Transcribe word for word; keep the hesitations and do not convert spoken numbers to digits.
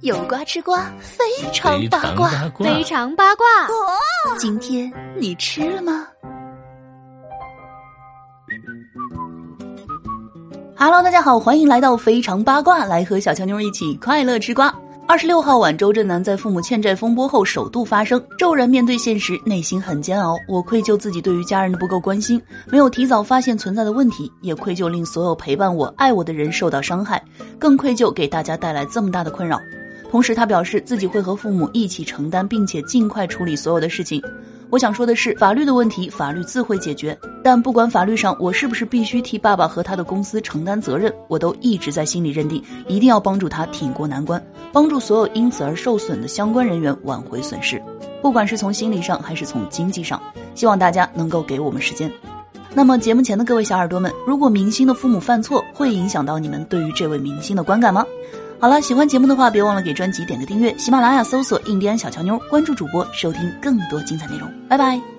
有瓜吃瓜，非常八卦， 非常八卦。 哦，今天你吃了吗 ？Hello， 大家好，欢迎来到非常八卦，来和小强妞一起快乐吃瓜。二十六号晚，周震南在父母欠债风波后首度发声，骤然面对现实，内心很煎熬。我愧疚自己对于家人的不够关心，没有提早发现存在的问题，也愧疚令所有陪伴我、爱我的人受到伤害，更愧疚给大家带来这么大的困扰。同时，他表示自己会和父母一起承担，并且尽快处理所有的事情。我想说的是，法律的问题，法律自会解决。但不管法律上我是不是必须替爸爸和他的公司承担责任，我都一直在心里认定，一定要帮助他挺过难关，帮助所有因此而受损的相关人员挽回损失，不管是从心理上还是从经济上。希望大家能够给我们时间。那么节目前的各位小耳朵们，如果明星的父母犯错，会影响到你们对于这位明星的观感吗？好了，喜欢节目的话，别忘了给专辑点个订阅，喜马拉雅搜索印第安小乔妞，关注主播，收听更多精彩内容。拜拜。